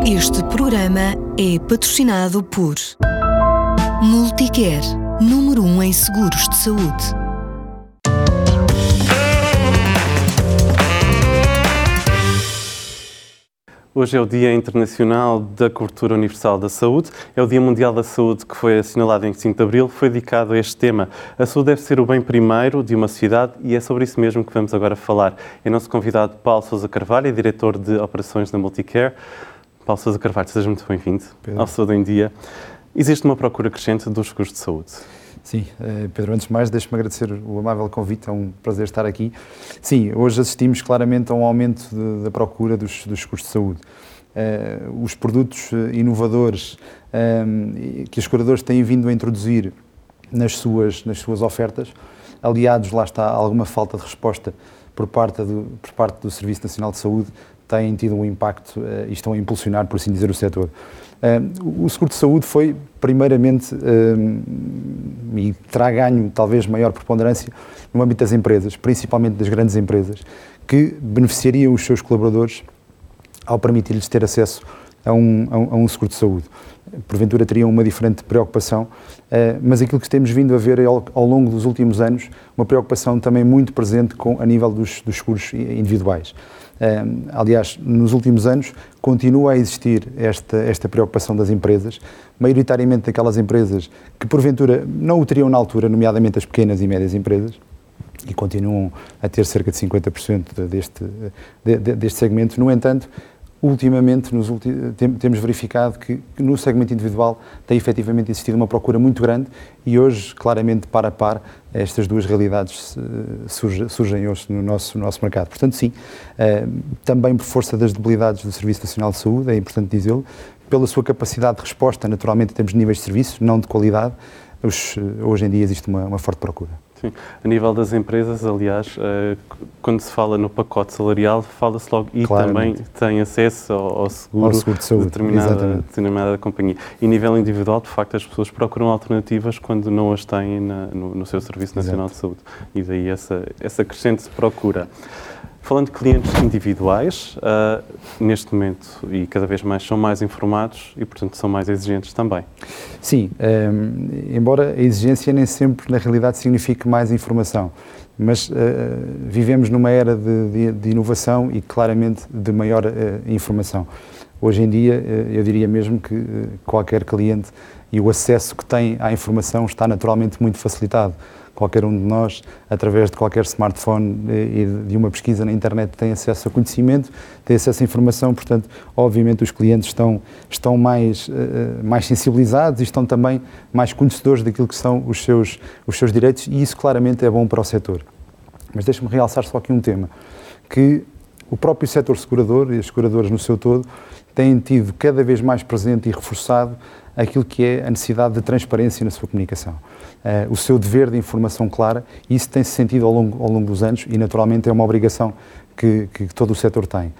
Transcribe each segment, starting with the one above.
Este programa é patrocinado por Multicare, número 1 em seguros de saúde. Hoje é o Dia Internacional da Cobertura Universal da Saúde. É o Dia Mundial da Saúde que foi assinalado em 5 de Abril. Foi dedicado a este tema. A saúde deve ser o bem primeiro de uma sociedade e é sobre isso mesmo que vamos agora falar. É nosso convidado Paulo Sousa Carvalho, diretor de operações da Multicare. Paulo Sousa Carvalho, seja muito bem-vindo ao Saúde em Dia. Existe uma procura crescente dos seguros de saúde? Sim, Pedro, antes de mais, deixe-me agradecer o amável convite, é um prazer estar aqui. Sim, hoje assistimos claramente a um aumento da procura dos seguros de saúde. Os produtos inovadores que os seguradores têm vindo a introduzir nas suas ofertas, aliados, lá está, a alguma falta de resposta por parte do Serviço Nacional de Saúde, têm tido um impacto e estão a impulsionar, por assim dizer, o setor. O seguro de saúde foi, primeiramente, e terá ganho talvez maior preponderância no âmbito das empresas, principalmente das grandes empresas, que beneficiariam os seus colaboradores ao permitir-lhes ter acesso a um seguro de saúde. Porventura teriam uma diferente preocupação, mas aquilo que temos vindo a ver ao longo dos últimos anos, uma preocupação também muito presente a nível dos seguros individuais. Aliás, nos últimos anos continua a existir esta preocupação das empresas, maioritariamente daquelas empresas que porventura não o teriam na altura, nomeadamente as pequenas e médias empresas, e continuam a ter cerca de 50% deste segmento. No entanto, ultimamente temos verificado que no segmento individual tem efetivamente existido uma procura muito grande e hoje, claramente, par a par, estas duas realidades surgem hoje no nosso mercado. Portanto, sim, também por força das debilidades do Serviço Nacional de Saúde, é importante dizê-lo, pela sua capacidade de resposta, naturalmente, em termos de níveis de serviço, não de qualidade, hoje em dia existe uma forte procura. Sim. A nível das empresas, aliás, quando se fala no pacote salarial, fala-se logo e claramente também tem acesso ao seguro de saúde de determinada companhia. E a nível individual, de facto, as pessoas procuram alternativas quando não as têm no seu Serviço Nacional de Saúde. E daí essa crescente procura. Falando de clientes individuais, neste momento e cada vez mais são mais informados e, portanto, são mais exigentes também. Sim, embora a exigência nem sempre, na realidade, signifique mais informação, mas vivemos numa era de inovação e, claramente, de maior informação. Hoje em dia, eu diria mesmo que qualquer cliente e o acesso que tem à informação está naturalmente muito facilitado. Qualquer um de nós, através de qualquer smartphone e de uma pesquisa na internet, tem acesso a conhecimento, tem acesso a informação, portanto, obviamente os clientes estão mais sensibilizados e estão também mais conhecedores daquilo que são os seus direitos e isso claramente é bom para o setor. Mas deixe-me realçar só aqui um tema, que o próprio setor segurador e as seguradoras no seu todo têm tido cada vez mais presente e reforçado aquilo que é a necessidade de transparência na sua comunicação. O seu dever de informação clara, e isso tem-se sentido ao longo dos anos e naturalmente é uma obrigação que todo o setor tem.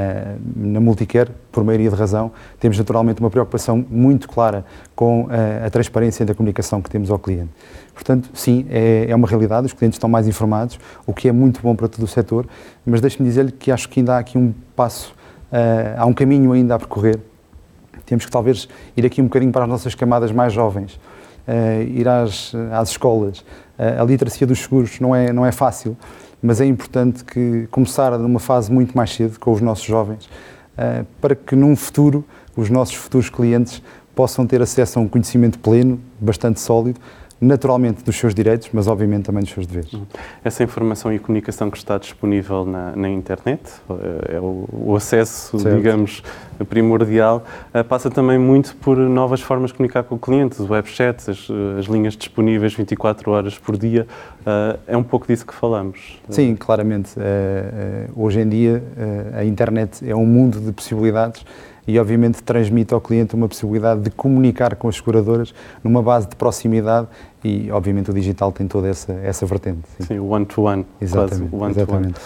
Na Multicare, por maioria de razão, temos naturalmente uma preocupação muito clara com a transparência da comunicação que temos ao cliente. Portanto, sim, é uma realidade, os clientes estão mais informados, o que é muito bom para todo o setor, mas deixe-me dizer-lhe que acho que ainda há aqui um passo, há um caminho ainda a percorrer. Temos que talvez ir aqui um bocadinho para as nossas camadas mais jovens, ir às escolas. A literacia dos seguros não é fácil, mas é importante que começar numa fase muito mais cedo com os nossos jovens, para que num futuro os nossos futuros clientes possam ter acesso a um conhecimento pleno, bastante sólido, naturalmente dos seus direitos, mas obviamente também dos seus deveres. Essa informação e comunicação que está disponível na internet, é o acesso, certo, digamos, primordial, passa também muito por novas formas de comunicar com o cliente, os webchats, as linhas disponíveis 24 horas por dia, é um pouco disso que falamos. Sim, claramente. Hoje em dia a internet é um mundo de possibilidades e obviamente transmite ao cliente uma possibilidade de comunicar com as seguradoras numa base de proximidade e obviamente o digital tem toda essa vertente. Sim, o one-to-one. Exatamente. Quase one-to-one.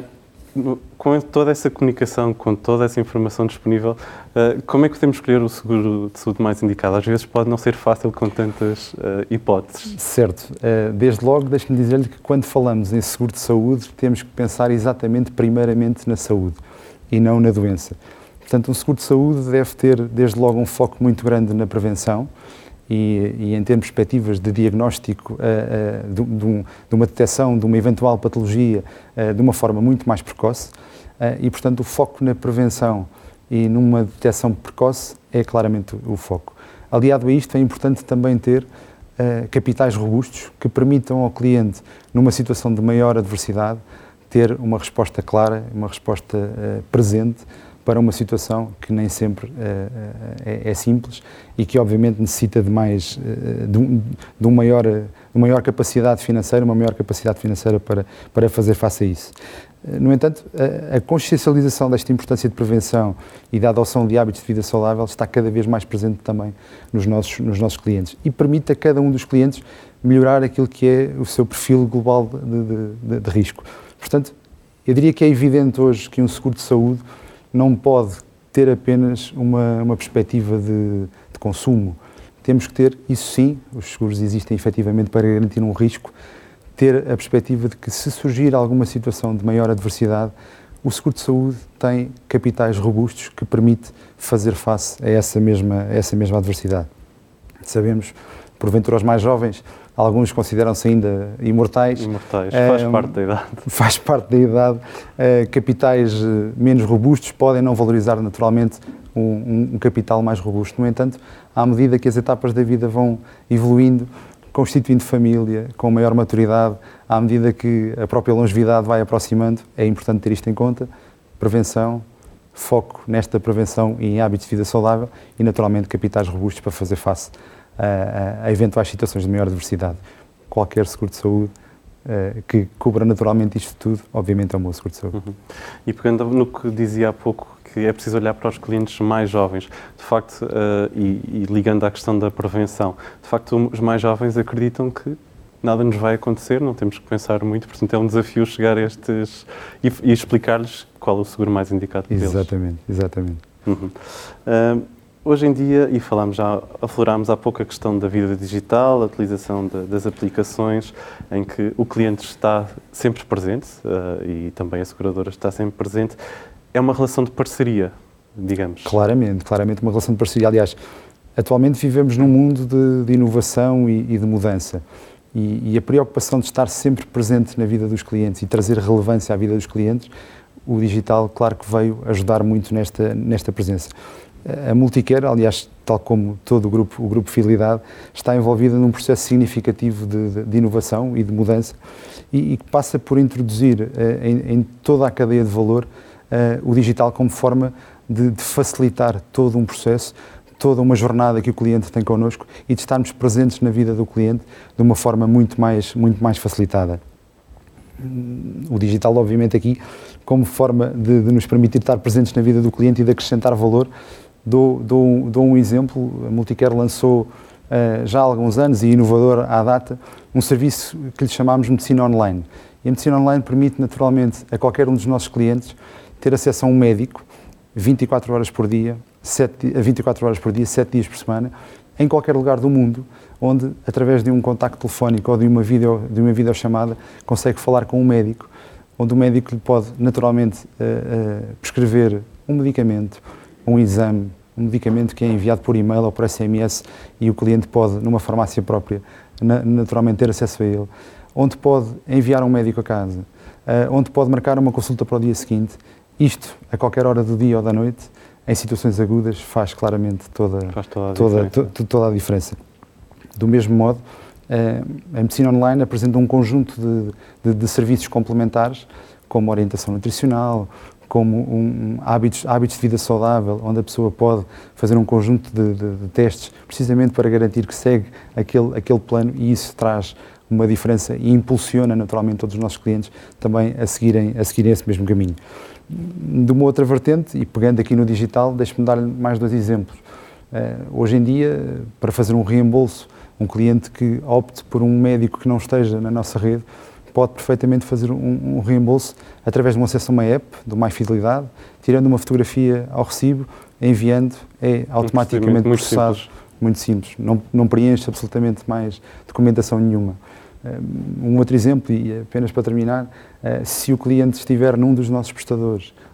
Com toda essa comunicação, com toda essa informação disponível, como é que podemos escolher o seguro de saúde mais indicado? Às vezes pode não ser fácil com tantas hipóteses. Certo. Desde logo, deixe-me dizer-lhe que quando falamos em seguro de saúde, temos que pensar exatamente, primeiramente, na saúde e não na doença. Portanto, um seguro de saúde deve ter, desde logo, um foco muito grande na prevenção e em termos de perspectivas de diagnóstico de uma detecção de uma eventual patologia de uma forma muito mais precoce e, portanto, o foco na prevenção e numa detecção precoce é claramente o foco. Aliado a isto, é importante também ter capitais robustos que permitam ao cliente, numa situação de maior adversidade, ter uma resposta clara, uma resposta presente para uma situação que nem sempre é simples e que obviamente necessita de uma maior capacidade financeira, para fazer face a isso. No entanto, a consciencialização desta importância de prevenção e da adoção de hábitos de vida saudável está cada vez mais presente também nos nossos clientes e permite a cada um dos clientes melhorar aquilo que é o seu perfil global de risco. Portanto, eu diria que é evidente hoje que um seguro de saúde não pode ter apenas uma perspectiva de consumo. Temos que ter, isso sim, os seguros existem efetivamente para garantir um risco, ter a perspectiva de que se surgir alguma situação de maior adversidade, o seguro de saúde tem capitais robustos que permite fazer face a essa mesma adversidade. Sabemos, porventura os mais jovens, alguns consideram-se ainda imortais. Faz parte da idade. Faz parte da idade. Capitais menos robustos podem não valorizar naturalmente um capital mais robusto. No entanto, à medida que as etapas da vida vão evoluindo, constituindo família, com maior maturidade, à medida que a própria longevidade vai aproximando, é importante ter isto em conta. Prevenção, foco nesta prevenção e em hábitos de vida saudável e, naturalmente, capitais robustos para fazer face a eventuais situações de maior adversidade. Qualquer seguro de saúde que cubra naturalmente isto tudo, obviamente é um bom seguro de saúde. Uhum. E pegando no que dizia há pouco, que é preciso olhar para os clientes mais jovens, de facto, e ligando à questão da prevenção, de facto os mais jovens acreditam que nada nos vai acontecer, não temos que pensar muito, portanto é um desafio chegar a estes e explicar-lhes qual é o seguro mais indicado deles. Exatamente. Uhum. Hoje em dia, e aflorámos há pouco a questão da vida digital, a utilização das aplicações, em que o cliente está sempre presente e também a seguradora está sempre presente. É uma relação de parceria, digamos. Claramente uma relação de parceria. Aliás, atualmente vivemos num mundo de inovação e de mudança. E a preocupação de estar sempre presente na vida dos clientes e trazer relevância à vida dos clientes, o digital, claro que veio ajudar muito nesta presença. A Multicare, aliás, tal como todo o grupo Fidelidade, está envolvida num processo significativo de inovação e de mudança e que passa por introduzir em toda a cadeia de valor o digital como forma de facilitar todo um processo, toda uma jornada que o cliente tem connosco e de estarmos presentes na vida do cliente de uma forma muito mais facilitada. O digital, obviamente, aqui como forma de nos permitir estar presentes na vida do cliente e de acrescentar valor. Dou um exemplo. A Multicare lançou já há alguns anos e inovador à data um serviço que lhe chamámos Medicina Online. E a Medicina Online permite naturalmente a qualquer um dos nossos clientes ter acesso a um médico 24 horas por dia, 7 dias por semana, em qualquer lugar do mundo, onde através de um contacto telefónico ou de uma videochamada consegue falar com um médico, onde o médico lhe pode naturalmente prescrever um medicamento, um exame, um medicamento que é enviado por e-mail ou por SMS e o cliente pode, numa farmácia própria, naturalmente ter acesso a ele, onde pode enviar um médico a casa, onde pode marcar uma consulta para o dia seguinte. Isto, a qualquer hora do dia ou da noite, em situações agudas, faz claramente toda a diferença. Do mesmo modo, a Medicina Online apresenta um conjunto de serviços complementares, como orientação nutricional, como hábitos de vida saudável, onde a pessoa pode fazer um conjunto de testes, precisamente para garantir que segue aquele plano, e isso traz uma diferença e impulsiona naturalmente todos os nossos clientes também a seguirem esse mesmo caminho. De uma outra vertente, e pegando aqui no digital, deixe-me dar mais 2 exemplos. Hoje em dia, para fazer um reembolso, um cliente que opte por um médico que não esteja na nossa rede, pode perfeitamente fazer um reembolso através de um acesso a uma app, do MyFidelidade, tirando uma fotografia ao recibo, enviando, é automaticamente processado. Muito simples, não preenche absolutamente mais documentação nenhuma. Um outro exemplo, e apenas para terminar, se o cliente estiver num dos nossos prestadores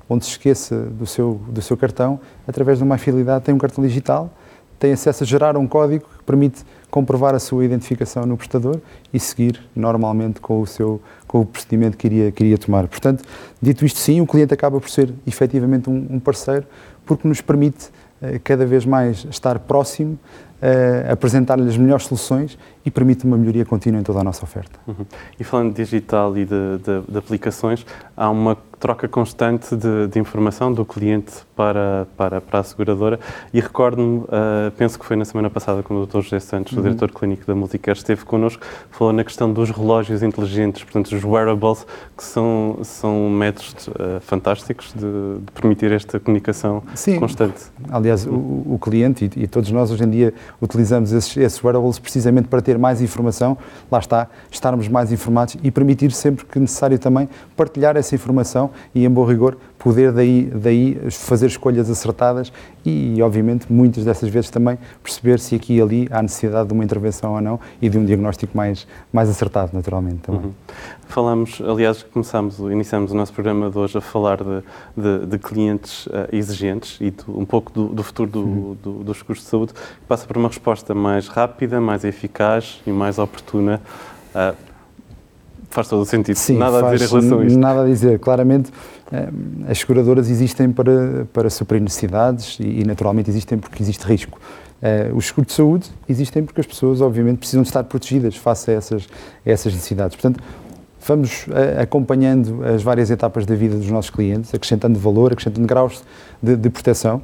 onde se esqueça do seu cartão, através de uma fidelidade tem um cartão digital, tem acesso a gerar um código que permite comprovar a sua identificação no prestador e seguir normalmente com o procedimento que iria tomar. Portanto, dito isto, sim, o cliente acaba por ser efetivamente um parceiro, porque nos permite cada vez mais estar próximo, apresentar-lhe as melhores soluções e permite uma melhoria contínua em toda a nossa oferta. E falando de digital e de aplicações, há uma troca constante de informação do cliente para a seguradora e recordo-me, penso que foi na semana passada quando o Dr. José Santos, o diretor clínico da Multicare, esteve connosco, falou na questão dos relógios inteligentes, portanto os wearables, que são métodos fantásticos de permitir esta comunicação constante. Aliás, o cliente e todos nós hoje em dia utilizamos esses wearables precisamente para ter mais informação, lá está, estarmos mais informados e permitir sempre que necessário também partilhar essa informação e, em bom rigor, poder daí fazer escolhas acertadas e, obviamente, muitas dessas vezes também perceber se aqui e ali há necessidade de uma intervenção ou não e de um diagnóstico mais acertado, naturalmente. Também. Falamos, aliás, iniciamos o nosso programa de hoje a falar de clientes exigentes e um pouco do futuro dos seguros de saúde, que passa por uma resposta mais rápida, mais eficaz e mais oportuna. Faz todo o sentido. Sim, nada a dizer em relação a isto. Nada a dizer. Claramente, as seguradoras existem para suprir necessidades e naturalmente existem porque existe risco. Os seguros de saúde existem porque as pessoas, obviamente, precisam de estar protegidas face a essas necessidades. Portanto, vamos acompanhando as várias etapas da vida dos nossos clientes, acrescentando valor, acrescentando graus de proteção.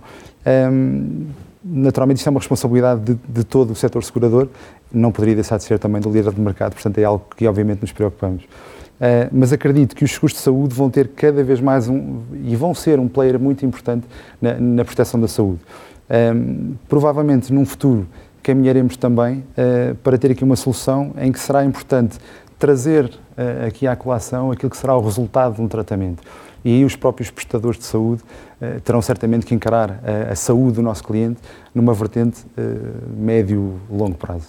Naturalmente, isto é uma responsabilidade de todo o setor segurador, não poderia deixar de ser também do líder de mercado, portanto é algo que obviamente nos preocupamos. Mas acredito que os seguros de saúde vão ter cada vez mais e vão ser um player muito importante na proteção da saúde. Provavelmente num futuro caminharemos também para ter aqui uma solução em que será importante trazer aqui à colação aquilo que será o resultado de um tratamento. E aí os próprios prestadores de saúde terão certamente que encarar a saúde do nosso cliente numa vertente médio-longo prazo.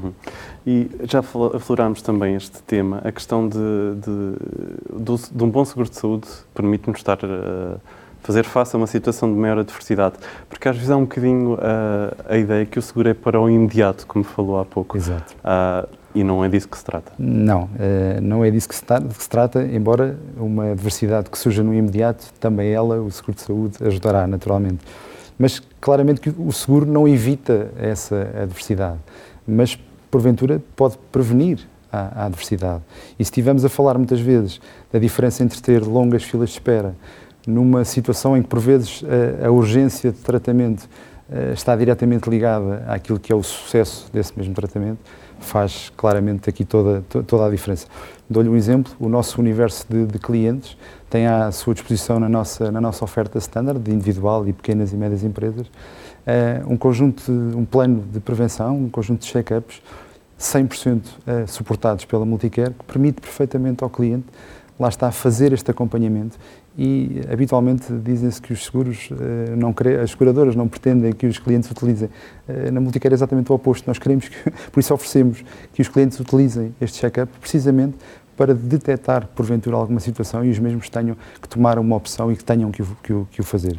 E já aflorámos também este tema, a questão de um bom seguro de saúde permite-nos estar a fazer face a uma situação de maior adversidade, porque às vezes há um bocadinho a ideia que o seguro é para o imediato, como falou há pouco. Exato. E não é disso que se trata. Não, não é disso que se trata, embora uma adversidade que surja no imediato, também ela, o seguro de saúde, ajudará naturalmente. Mas claramente que o seguro não evita essa adversidade, mas porventura pode prevenir a adversidade. E se estivermos a falar muitas vezes da diferença entre ter longas filas de espera numa situação em que por vezes a urgência de tratamento está diretamente ligada àquilo que é o sucesso desse mesmo tratamento, faz claramente aqui toda a diferença. Dou-lhe um exemplo, o nosso universo de clientes tem à sua disposição na nossa oferta standard, de individual e pequenas e médias empresas, um plano de prevenção, um conjunto de check-ups 100% suportados pela Multicare, que permite perfeitamente ao cliente, lá está, fazer este acompanhamento e habitualmente dizem-se que os seguros, as seguradoras não pretendem que os clientes utilizem. Na Multicare é exatamente o oposto, nós queremos por isso oferecemos que os clientes utilizem este check-up precisamente para detectar porventura alguma situação e os mesmos tenham que tomar uma opção e que tenham que o fazer.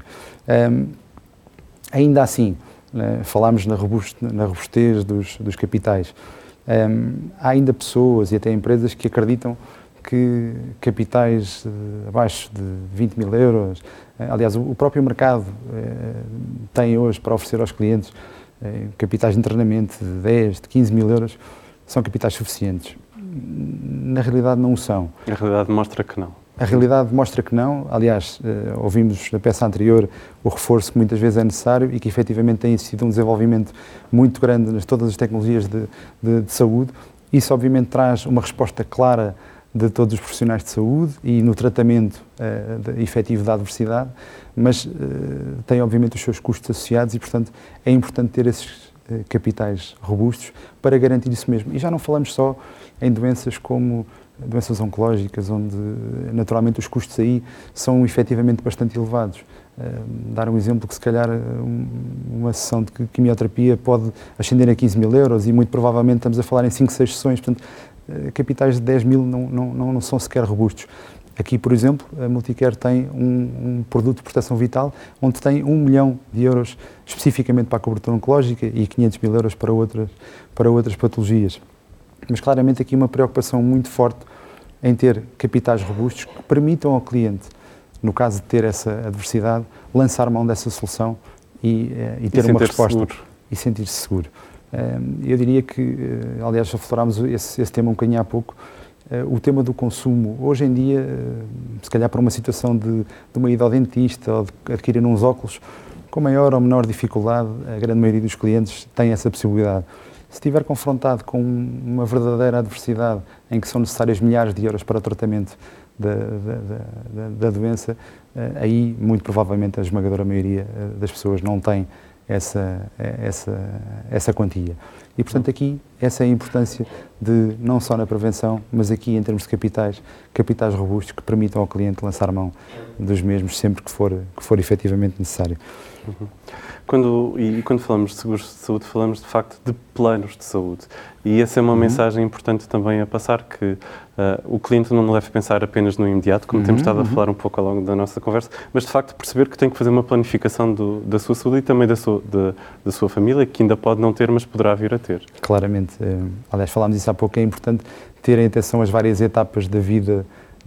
Ainda assim, falámos na robustez dos capitais, há ainda pessoas e até empresas que acreditam que capitais abaixo de 20 mil euros, aliás, o próprio mercado tem hoje para oferecer aos clientes capitais de internamento de 10, de 15 mil euros, são capitais suficientes. Na realidade não o são. A realidade mostra que não. A realidade mostra que não. Aliás, ouvimos na peça anterior o reforço que muitas vezes é necessário e que efetivamente tem existido um desenvolvimento muito grande nas todas as tecnologias de saúde. Isso obviamente traz uma resposta clara de todos os profissionais de saúde e no tratamento efetivo da adversidade, mas tem obviamente os seus custos associados e, portanto, é importante ter esses capitais robustos para garantir isso mesmo. E já não falamos só em doenças como doenças oncológicas, onde naturalmente os custos aí são efetivamente bastante elevados. Dar um exemplo que se calhar uma sessão de quimioterapia pode ascender a 15 mil euros e muito provavelmente estamos a falar em 5, 6 sessões, portanto capitais de 10 mil não são sequer robustos. Aqui, por exemplo, a Multicare tem um produto de proteção vital onde tem 1 milhão de euros especificamente para a cobertura oncológica e 500 mil euros para outras patologias. Mas claramente aqui uma preocupação muito forte em ter capitais robustos que permitam ao cliente, no caso de ter essa adversidade, lançar mão dessa solução e ter uma resposta seguro. E sentir-se seguro. Eu diria que, aliás, já explorámos esse tema um bocadinho há pouco, o tema do consumo. Hoje em dia, se calhar para uma situação de uma ida ao dentista ou de adquirir uns óculos, com maior ou menor dificuldade, a grande maioria dos clientes tem essa possibilidade. Se estiver confrontado com uma verdadeira adversidade em que são necessários milhares de euros para o tratamento da doença, aí muito provavelmente a esmagadora maioria das pessoas não tem essa quantia. E, portanto, aqui essa é a importância de, não só na prevenção, mas aqui em termos de capitais robustos que permitam ao cliente lançar mão dos mesmos sempre que for efetivamente necessário. Uhum. Quando falamos de seguros de saúde, falamos de facto de planos de saúde. E essa é uma mensagem importante também a passar, que o cliente não deve pensar apenas no imediato, como temos estado a falar um pouco ao longo da nossa conversa, mas de facto perceber que tem que fazer uma planificação da sua saúde e também da sua família, que ainda pode não ter, mas poderá vir a ter. Claramente. Aliás, falámos isso há pouco, é importante ter em atenção as várias etapas da vida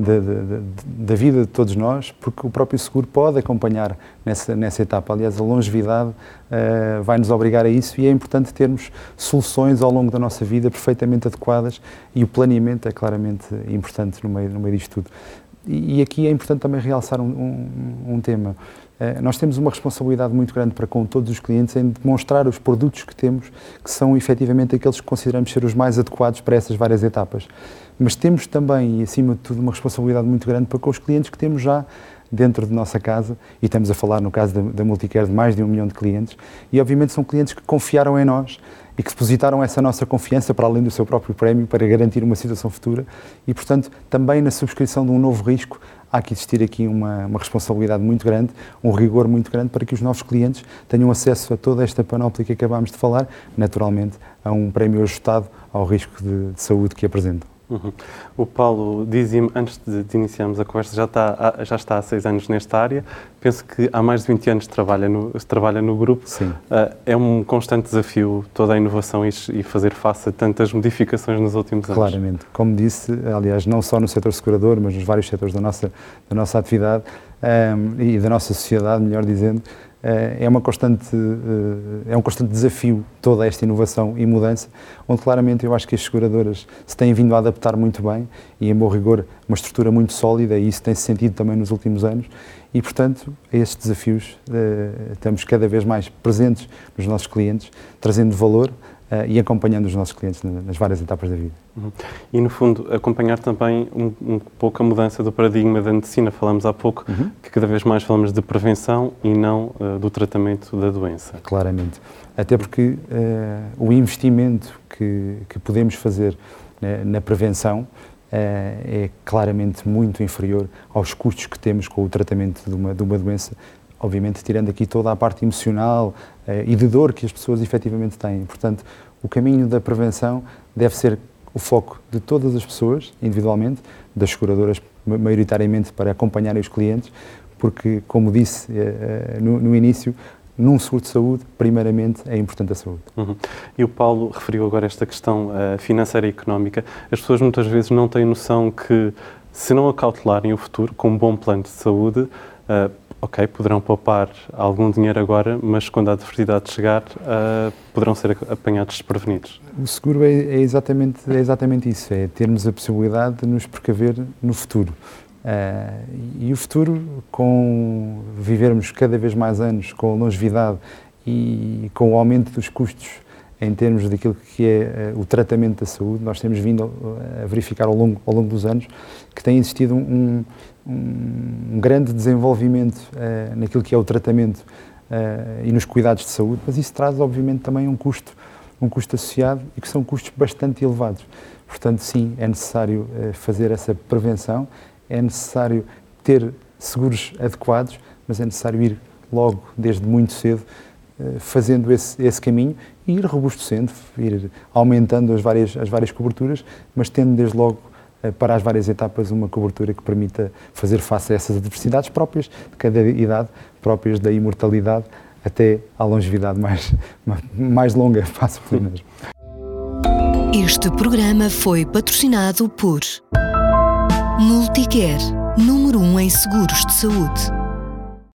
de todos nós, porque o próprio seguro pode acompanhar nessa etapa. Aliás, a longevidade vai nos obrigar a isso e é importante termos soluções ao longo da nossa vida perfeitamente adequadas e o planeamento é claramente importante no meio disto tudo. E aqui é importante também realçar um tema. Nós temos uma responsabilidade muito grande para com todos os clientes em demonstrar os produtos que temos, que são efetivamente aqueles que consideramos ser os mais adequados para essas várias etapas. Mas temos também, e acima de tudo, uma responsabilidade muito grande para com os clientes que temos já dentro de nossa casa, e estamos a falar no caso da Multicare de mais de 1 milhão de clientes, e obviamente são clientes que confiaram em nós e que depositaram essa nossa confiança para além do seu próprio prémio para garantir uma situação futura e, portanto, também na subscrição de um novo risco há que existir aqui uma responsabilidade muito grande, um rigor muito grande para que os novos clientes tenham acesso a toda esta panóplia que acabámos de falar, naturalmente a um prémio ajustado ao risco de saúde que apresentam. Uhum. O Paulo dizia-me, antes de iniciarmos a conversa, já está há 6 anos nesta área, penso que há mais de 20 anos trabalha no grupo. Sim. É um constante desafio toda a inovação e fazer face a tantas modificações nos últimos anos. Claramente. Como disse, aliás, não só no setor segurador, mas nos vários setores da nossa atividade e da nossa sociedade, melhor dizendo, é um constante desafio toda esta inovação e mudança, onde claramente eu acho que as seguradoras se têm vindo a adaptar muito bem e, em bom rigor, uma estrutura muito sólida, e isso tem-se sentido também nos últimos anos, e, portanto, a estes desafios estamos cada vez mais presentes nos nossos clientes, trazendo valor e acompanhando os nossos clientes nas várias etapas da vida. Uhum. E, no fundo, acompanhar também um pouco a mudança do paradigma da medicina. Falamos há pouco que cada vez mais falamos de prevenção e não do tratamento da doença. Claramente. Até porque o investimento que podemos fazer na prevenção é claramente muito inferior aos custos que temos com o tratamento de uma doença, obviamente tirando aqui toda a parte emocional e de dor que as pessoas efetivamente têm. Portanto, o caminho da prevenção deve ser o foco de todas as pessoas, individualmente, das seguradoras maioritariamente para acompanharem os clientes, porque, como disse no início, num seguro de saúde, primeiramente, é importante a saúde. Uhum. E o Paulo referiu agora esta questão financeira e económica. As pessoas muitas vezes não têm noção que, se não acautelarem o futuro com um bom plano de saúde, ok, poderão poupar algum dinheiro agora, mas quando a adversidade chegar, poderão ser apanhados desprevenidos. O seguro é exatamente isso, é termos a possibilidade de nos precaver no futuro. E o futuro, com vivermos cada vez mais anos com longevidade e com o aumento dos custos em termos daquilo que é o tratamento da saúde, nós temos vindo a verificar ao longo dos anos que tem existido um grande desenvolvimento naquilo que é o tratamento e nos cuidados de saúde, mas isso traz obviamente também um custo associado e que são custos bastante elevados. Portanto, sim, é necessário fazer essa prevenção, é necessário ter seguros adequados, mas é necessário ir logo, desde muito cedo, fazendo esse caminho e ir robustecendo, ir aumentando as várias coberturas, mas tendo desde logo para as várias etapas, uma cobertura que permita fazer face a essas adversidades próprias de cada idade, próprias da imortalidade, até à longevidade mais longa, faço por mesmo. Este programa foi patrocinado por Multicare, número 1 em seguros de saúde.